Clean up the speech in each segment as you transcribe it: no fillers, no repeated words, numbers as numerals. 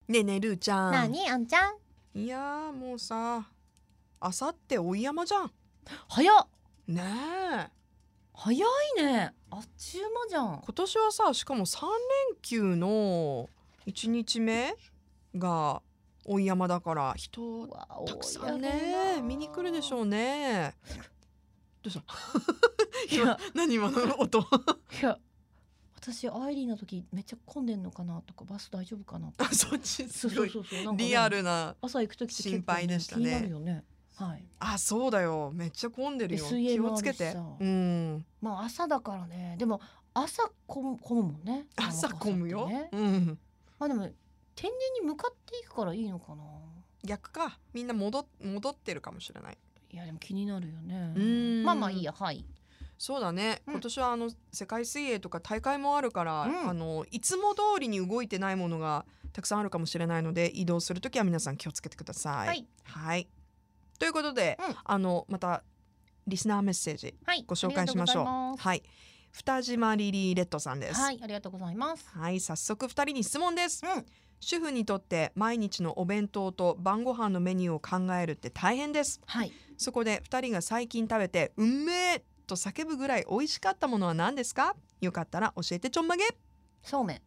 ねえねえるーちゃん。 なにあんちゃん。 いやーもうさ、あさって追い山じゃん。 早っ。 ねえ。 早いね。あっちゅう間じゃん。 今年はさ、しかも3連休の1日目が追い山だから人たくさんね見に来るでしょうね。どうしたいや何今の音いや私アイリーの時めっちゃ混んでんのかなとかバス大丈夫かなとかあ、そっちすそうごいなんかねリアルな。 朝行く時って結構、 心配でしたね気になるよね。はい。 あ、そうだよ、めっちゃ混んでるよ。 SEM 気をつけて。 あるしさうんまあ朝だからね。でも朝混むもんね。 朝混むよ、 ね、 うんまあでも天神に向かっていくからいいのかな。 逆か、みんな戻ってるかもしれない。 いやでも気になるよね。 うんまあまあいいや。はい。 そうだね、 うん今年は世界水泳とか大会もあるから、いつも通りに動いてないものがたくさんあるかもしれないので、移動するときは皆さん気をつけてください。 はい、 はい、ということで、またリスナーメッセージはい、 ご紹介しましょう。はい、二島リリーレッドさんです。 はい、ありがとうございます。 はい、早速2人に質問です。主婦にとって毎日のお弁当と晩ご飯のメニューを考えるって大変です。 はい。 そこで2人が最近食べてうんめえと叫ぶぐらい美味しかったものは何ですか？よかったら教えてちょんまげ。 そうめん。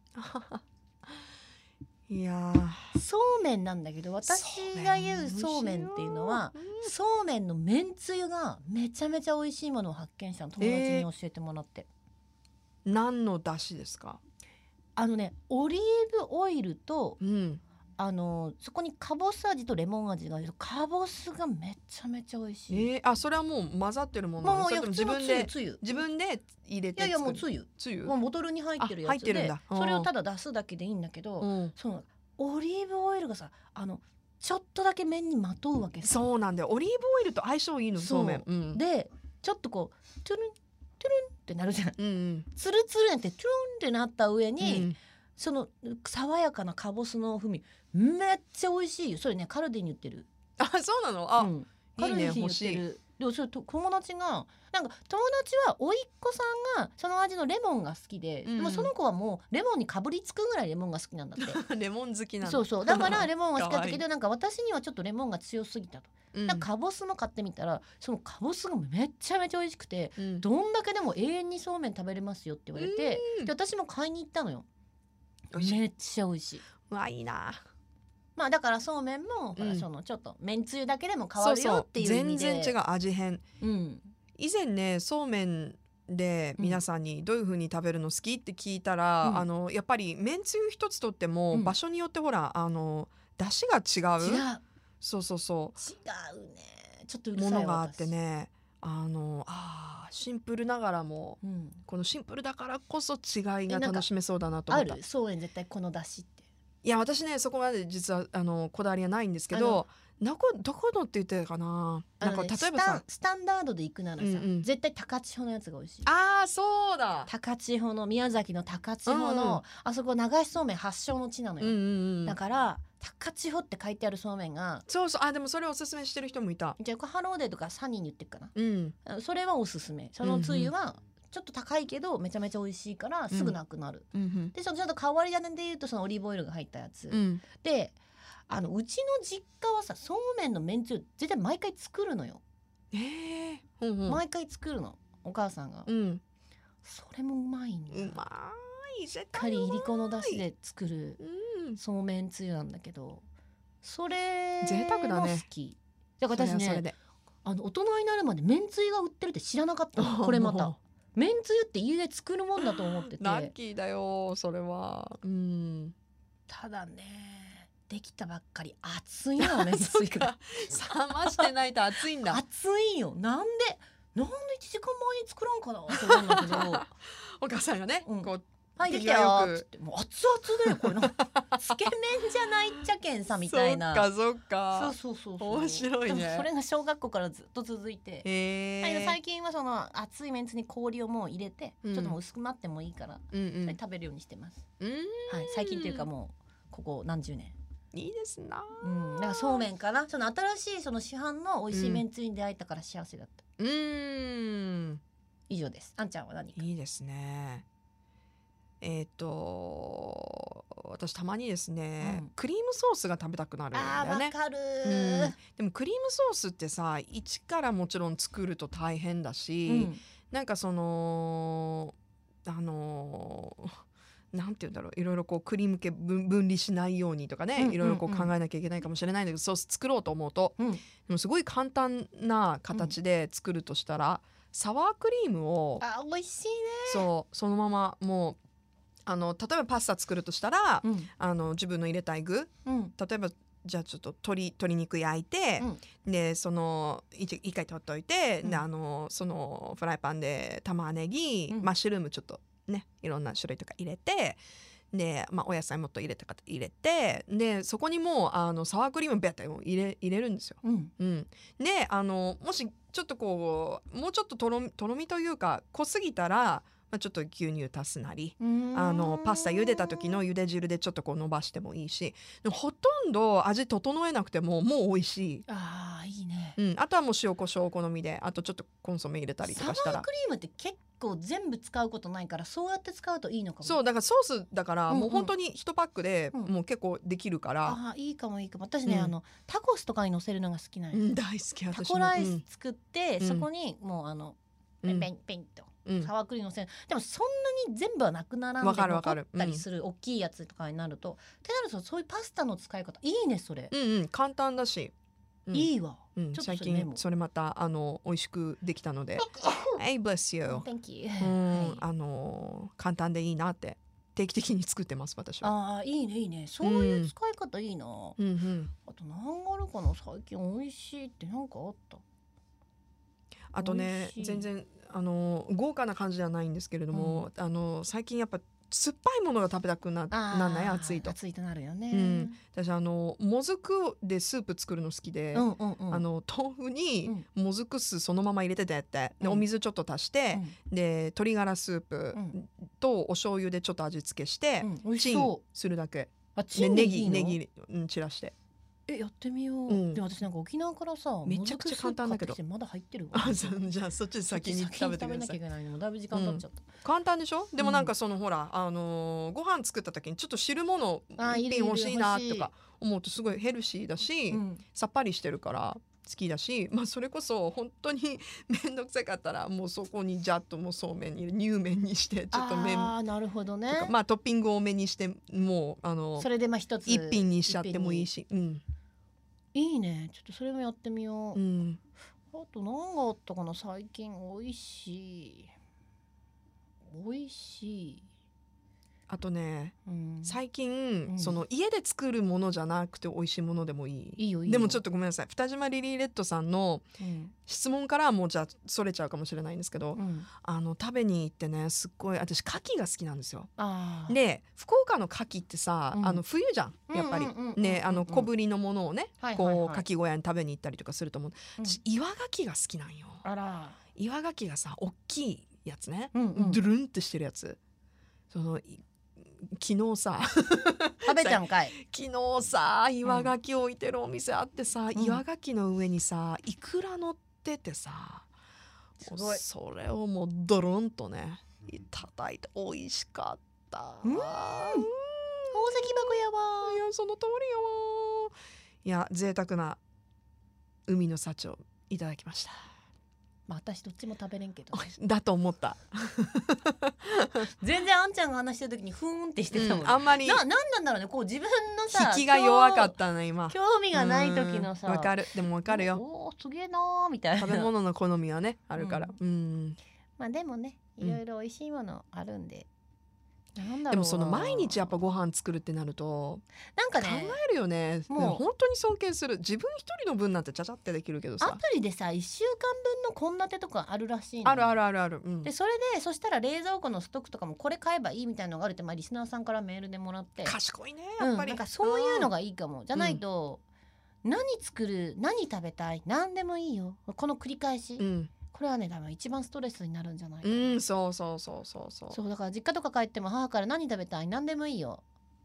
いやそうめんなんだけど、私が言うそうめんっていうのは、そうめんのめんつゆがめちゃめちゃ美味しいものを発見したの。友達に教えてもらって、 何の出汁ですか？ オリーブオイルと、 うんそこにかぼす味とレモン味がある。かぼすがめちゃめちゃ美味しい。 あ、それはもう混ざってるものなの？ もうそれとも自分でつゆ入れて作る？ いやもうつゆもうボトルに入ってるやつ入ってるんで、 だ。 それをただ出すだけでいいんだけど、そのオリーブオイルがさ、ちょっとだけ麺にまとうわけさ。 そうなんだよ、オリーブオイルと相性いいの、そうめん、 でちょっとこうトゥルントゥルンってなるじゃん、ツルツルンってトゥルンってなった上に、その爽やかなかぼすの風味めっちゃ美味しいよ。それねカルディに売ってる。 あ、そうなの？ カルディに売ってる。でもそれ友達がは甥っ子さんがその味のレモンが好きで、でもその子はもうレモンにかぶりつくぐらいレモンが好きなんだってレモン好きなんだ。 そうだからレモンが好きだったけど私にはちょっとレモンが強すぎたと。かぼすの買ってみたら、そのかぼすがめっちゃめちゃ美味しくて、どんだけでも永遠にそうめん食べれますよって言われて、で私も買いに行ったのよ。めっちゃ美味しい。 うわ、いいな。 まあだからそうめんも、ほらそのちょっとめんつゆだけでも変わるよっていう意味で、 全然違う味変。以前ね、そうめんで皆さんにどういう風に食べるの好きって聞いたら、やっぱりめんつゆ一つとっても、場所によってほら出汁が違う。違うね。ちょっとうるさいものがあってね、シンプルながらも、このシンプルだからこそ違いが楽しめそうだなと思った。 ある？そうめん絶対この出汁って。 いや私ね、そこまで実はこだわりはないんですけど、どこのって言ってたかな。なんか例えばさ、 スタンダードで行くならさ、絶対高千穂のやつが美味しい。 ああ、そうだ、 高千穂の宮崎の高千穂の、あそこ流しそうめん発祥の地なのよ。だから高千穂って書いてあるそうめんが、 でもそれをおすすめしてる人もいた。 じゃあハローデーとかサニーに言ってるかな、それはおすすめ。そのつゆはちょっと高いけどめちゃめちゃ美味しいからすぐなくなる。でちょっと変わり種で言うとそのオリーブオイルが入ったやつ、でうちの実家はさ、そうめんのめんつゆ絶対毎回作るのよ。毎回作るのお母さんが。それもうまいんだ。 うまい、 しっかりいりこの出汁で作るそうめんつゆなんだけど、それも贅沢だね。 好きだから私ね、大人になるまでめんつゆが売ってるって知らなかったの。これまためんつゆって家で作るもんだと思ってて。 ラッキーだよそれは。 ただね、できたばっかり熱いのめんつゆが冷ましてないと熱いんだ。 熱いよ。なんで1時間前に作らんかなって思うんだけどお母さんがね、こうはい、できたよっつって、もう熱々だよこれのつけ麺じゃないっちゃけんさみたいな。 そっかそう面白いね。 それが小学校からずっと続いて、最近はその熱い麺つに氷をもう入れて、ちょっともう薄くなってもいいから、それ食べるようにしてます。最近っていうかもうここ何十年。 いいですな。 だからそうめんかな。その新しいその市販の美味しい麺つゆに出会えたから幸せだった。以上です。あんちゃんは何か？ いいですね。 私たまにですね、クリームソースが食べたくなるんだよね。 わかる、 でもクリームソースってさ、一からもちろん作ると大変だし、なんかそのなんていうんだろう、いろいろこうクリーム系分離しないようにとかね、いろいろこう考えなきゃいけないかもしれないんだけど、ソース作ろうと思うと、でもすごい簡単な形で作るとしたら、サワークリームを美味しいね。 そのままもう例えばパスタ作るとしたら、自分の入れたい具、例えばじゃあちょっと鶏肉焼いて、でその一回取っといて、でそのフライパンで玉ねぎ、マッシュルームちょっとねいろんな種類とか入れて、で、お野菜もっと入れて、でそこにもうサワークリームベッて入れるんですよ。でもしちょっとこうもうちょっととろみというか濃すぎたら、ちょっと牛乳足すなり、パスタ茹でた時の茹で汁でちょっとこう伸ばしてもいいし、でもほとんど味整えなくてももう美味しい。 いいね。 あとはもう塩コショウお好みで、あとちょっとコンソメ入れたりとかしたら。 サワークリームって結構全部使うことないから、そうやって使うといいのかも。 そうだからソースだから、もう本当に1パックでもう結構できるから、 いいかも。私ね、タコスとかに乗せるのが好きなんよ。 大好き。私もタコライス作って、そこにもうペンとサワークリームのせる。でもそんなに全部はなくならんで、残ったりする大きいやつとかになると、ってなるとそういうパスタの使い方いいね。それ簡単だし、 いいわ。 最近それまた美味しくできたのでHey bless you。 Thank you。 簡単でいいなって定期的に作ってます、私は。 いいね。そういう使い方いいな。あと何があるかな、最近美味しいってなんかあった？ あとね、全然豪華な感じではないんですけれども、最近やっぱ酸っぱいものが食べたくなんない？暑いとなるよね。私もずくでスープ作るの好きで、豆腐にもずく酢そのまま入れてて、でお水ちょっと足して、で鶏ガラスープとお醤油でちょっと味付けして、チンするだけ。でネギ散らして。 やってみよう。で私なんか沖縄からさ、 めちゃくちゃ簡単だけどまだ入ってるわ。 じゃあそっちで先に食べてください。 だいぶ時間経っちゃった。 簡単でしょ。でもなんかそのほらご飯作った時にちょっと汁物一品欲しいなとか思うと、すごいヘルシーだし、さっぱりしてるから好きだし、それこそ本当にめんどくさかったらもうそこにジャッともうそうめんに乳麺にしてちょっと麺なるほどね。 トッピング多めにしてもうそれで一つ一品にしちゃってもいいし、 いいね。ちょっとそれもやってみよう。あと何があったかな、最近美味しい。あとね、最近、その家で作るものじゃなくて美味しいものでもいい。でもちょっとごめんなさい、北島リリーレッドさんの質問からもうじゃあそれちゃうかもしれないんですけど、食べに行ってね、すっごい私牡蠣が好きなんですよ。で福岡の牡蠣ってさ、冬じゃんやっぱりね、小ぶりのものをね、こう牡蠣小屋に食べに行ったりとかすると思う。私岩牡蠣が好きなんよ。岩牡蠣がさ、大きいやつね、ドゥルンってしてるやつ。昨日さ食べたんかい。 昨日さ岩牡蠣置いてるお店あってさ、岩牡蠣の上にさイクラ乗っててさ、それをもうドロンとねいただいて美味しかった。宝石箱やわ。 いやその通りやわ。いや贅沢な海の幸をいただきました。 私どっちも食べれんけどだと思った全然あんちゃんが話してる時にふーんってしてたもん、 あんまりなんだろうね、こう自分のさ引きが弱かったね今。 興味がない時のさ、 わかる。でもわかるよ。 すげえなーみたいな。 食べ物の好みはねあるから、 でもね、いろいろ美味しいものあるんで、 でもその毎日やっぱご飯作るってなるとなんかね考えるよね。もう本当に尊敬する。自分一人の分なんてちゃちゃってできるけどさ、 アプリでさ1週間分の献立とかあるらしいの。 ある、 でそれでそしたら冷蔵庫のストックとかもこれ買えばいいみたいなのがあるって、リスナーさんからメールでもらって、 賢いねやっぱり、 なんかそういうのがいいかも。じゃないと、何作る、何食べたい、何でもいいよ、この繰り返し、これはね多分一番ストレスになるんじゃないかな。 そうだから実家とか帰っても母から何食べたい、何でもいいよ、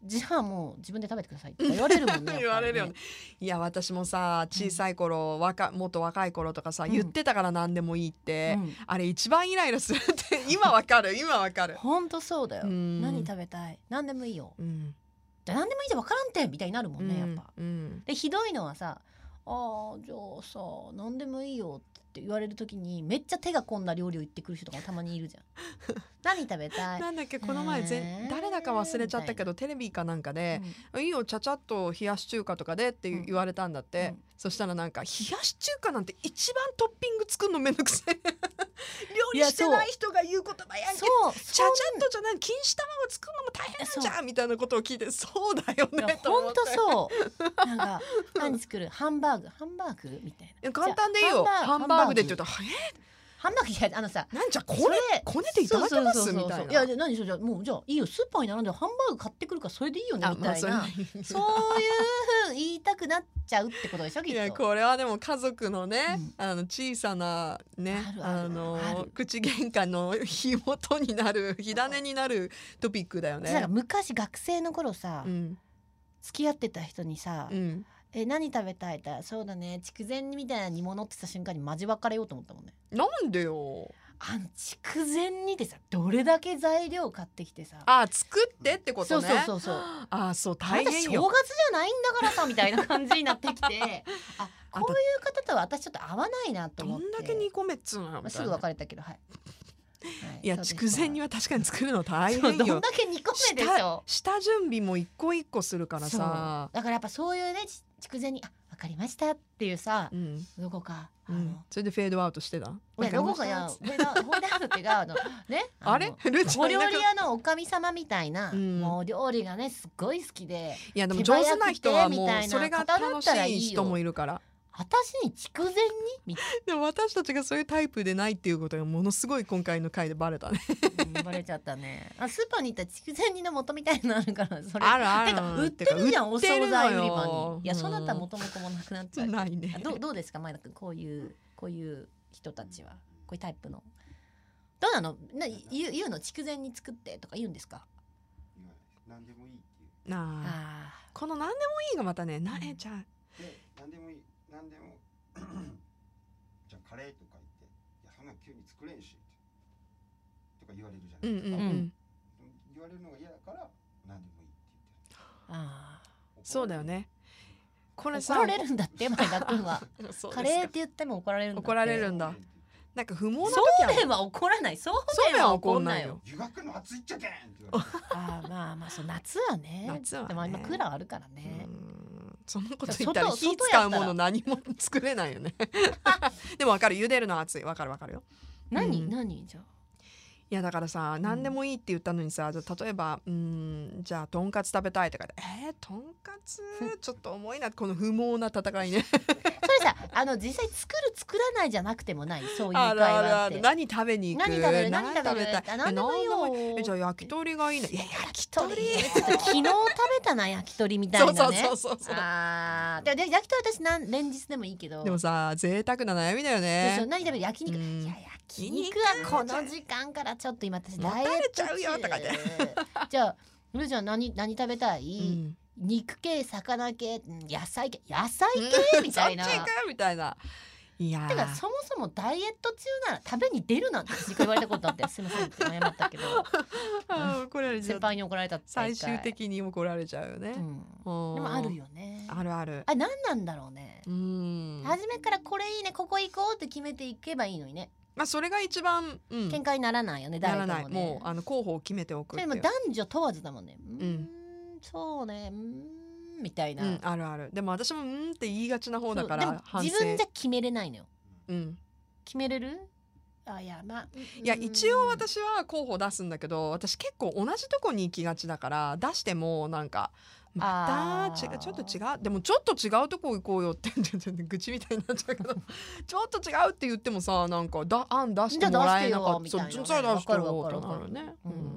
じゃあもう自分で食べてくださいって言われるもんね。 言われるよね。いや私もさ小さい頃、もっと若い頃とかさ、言ってたから何でもいいって、あれ一番イライラするって今わかるほんとそうだよ。何食べたい、何でもいいよ、じゃあ何でもいいじゃん分からんってみたいになるもんね、やっぱ。でひどいのはさ、じゃあさ何でもいいよって言われる時にめっちゃ手が込んだ料理を言ってくる人とかたまにいるじゃん。何食べたいなんだっけこの前誰だか忘れちゃったけどテレビかなんかで、いいよちゃちゃっと冷やし中華とかでって言われたんだって、そしたらなんか冷やし中華なんて一番トッピング作るのめんどくせえ料理してない人が言う言葉やんけ、ちゃちゃっとじゃない錦糸卵作るのも大変なんじゃんみたいなことを聞いて、そうだよねと思って。 ほんとそうなんか何作るハンバーグみたいな。 簡単でいいよハンバーグでって言うとハンバーグさなんじゃこねていただけますみたいな。 いや何じゃもうじゃあいいよスーパーに並んでハンバーグ買ってくるからそれでいいよねみたいな、そういう風言いたくなっちゃうってことでしょきっと。 いやこれはでも家族のね、小さなね口喧嘩の火元になる火種になるトピックだよね。 なんか昔学生の頃さ、付き合ってた人にさ、何食べたいって、そうだね筑前煮みたいな煮物って言った瞬間にマジ別れようと思ったもんね。 なんでよ。 筑前煮ってさどれだけ材料買ってきてさ作ってってことね。 そうそう大変よ。 正月じゃないんだからさみたいな感じになってきてこういう方とは私ちょっと合わないなと思って。 どんだけ煮込めっつうのすぐ別れたけどいや筑前煮は確かに作るの大変よ。 どんだけ煮込めでしょ。 下準備も一個一個するからさ。 だからやっぱそういうね筑前煮分かりましたっていうさ、どこかそれでフェードアウトしてた。 どこかフェードアウトっていうかねあれお料理屋のおかみさまみたいな、もう料理がねすっごい好きで、 いやでも上手な人はもうそれが楽しい人もいるから。 私に筑前煮みたいな。でも私たちがそういうタイプでないっていうことがものすごい今回の回でバレたね。 バレちゃったね。スーパーに行ったら筑前煮の素みたいなのあるからそれある売ってるじゃんお惣菜売り場に。いやそうなったら元々もなくなっちゃう。 ないね。 どうですか前田君こういう人たちはこういうタイプのどうなの言うの筑前煮作ってとか言うんですか。 何でもいいっていう。 この何でもいいがまたねじゃあ何でもいい何でもじゃあカレーとか言っていやそんな急に作れんしとか言われるじゃないですか。言われるのが嫌だから何でもいいって言ってる。 そうだよね。これさ怒られるんだって前田君はカレーって言っても怒られるんだって。 怒られるんだ。なんか不毛な時そうめんは怒らない。そうめんは怒んないよ。 湯がくの熱いっちゃけんって言われる。 まあそう夏はね。でも今クーラーあるからね。 そんなこと言ったら火使うもの何も作れないよね。でも分かる茹でるの熱い分かるよ。 何じゃあ。 いやだからさ何でもいいって言ったのにさ、例えばじゃあとんかつ食べたいとかでとんかつちょっと重いなこの不毛な戦いね。 それさ実際作らないじゃなくてもないそういう会話って。 何食べに行く何食べたい何でもいいよ。 じゃあ焼き鳥がいいね。いや焼き鳥昨日食べたな焼き鳥みたいなね。 そうで焼き鳥私連日でもいいけど。 でもさ贅沢な悩みだよね。 何食べる焼肉。いや焼肉はこの時間からちょっちょっと今私ダイエット中じゃあルーちゃん何食べたい、肉系魚系野菜系みたいなそっち行くみたいな。いやてかそもそもダイエット中なら食べに出るなんて言われたことあってすみませんって謝ったけど怒られちゃう。 先輩に怒られたって最終的に怒られちゃうよね、でもあるよね。 ある何なんだろうね。初めからこれいいねここ行こうって決めていけばいいのにね。 まあそれが一番、 喧嘩にならないよね。誰ともね。 もう候補を決めておくっていう。 でも男女問わずだもんね。そうねみたいな、 ある。でも私もって言いがちな方だから。 でも自分じゃ決めれないのよ。決めれる？いや一応私は候補出すんだけど、私結構同じとこに行きがちだから出してもなんかまたちょっと違うでもちょっと違うとこ行こうよって愚痴みたいになっちゃうけどちょっと違うって言ってもさなんか案出してもらえなかった。そっちのさ出してよとなるね。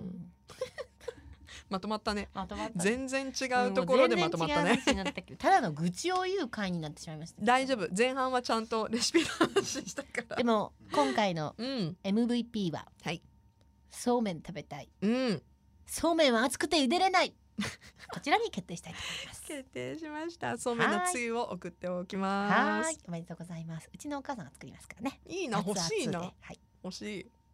まとまったね。全然違うところでまとまったね。 ただの愚痴を言う回になってしまいました。 大丈夫。前半はちゃんとレシピの話したから。 でも今回の MVP は、そうめん食べたい。そうめんは熱くて茹でれない。 こちらに決定したいと思います。 決定しました。そうめんのつゆを送っておきます。 はい、おめでとうございます。うちのお母さんが作りますからね。 いいな、欲しいな、 はい、 欲しい。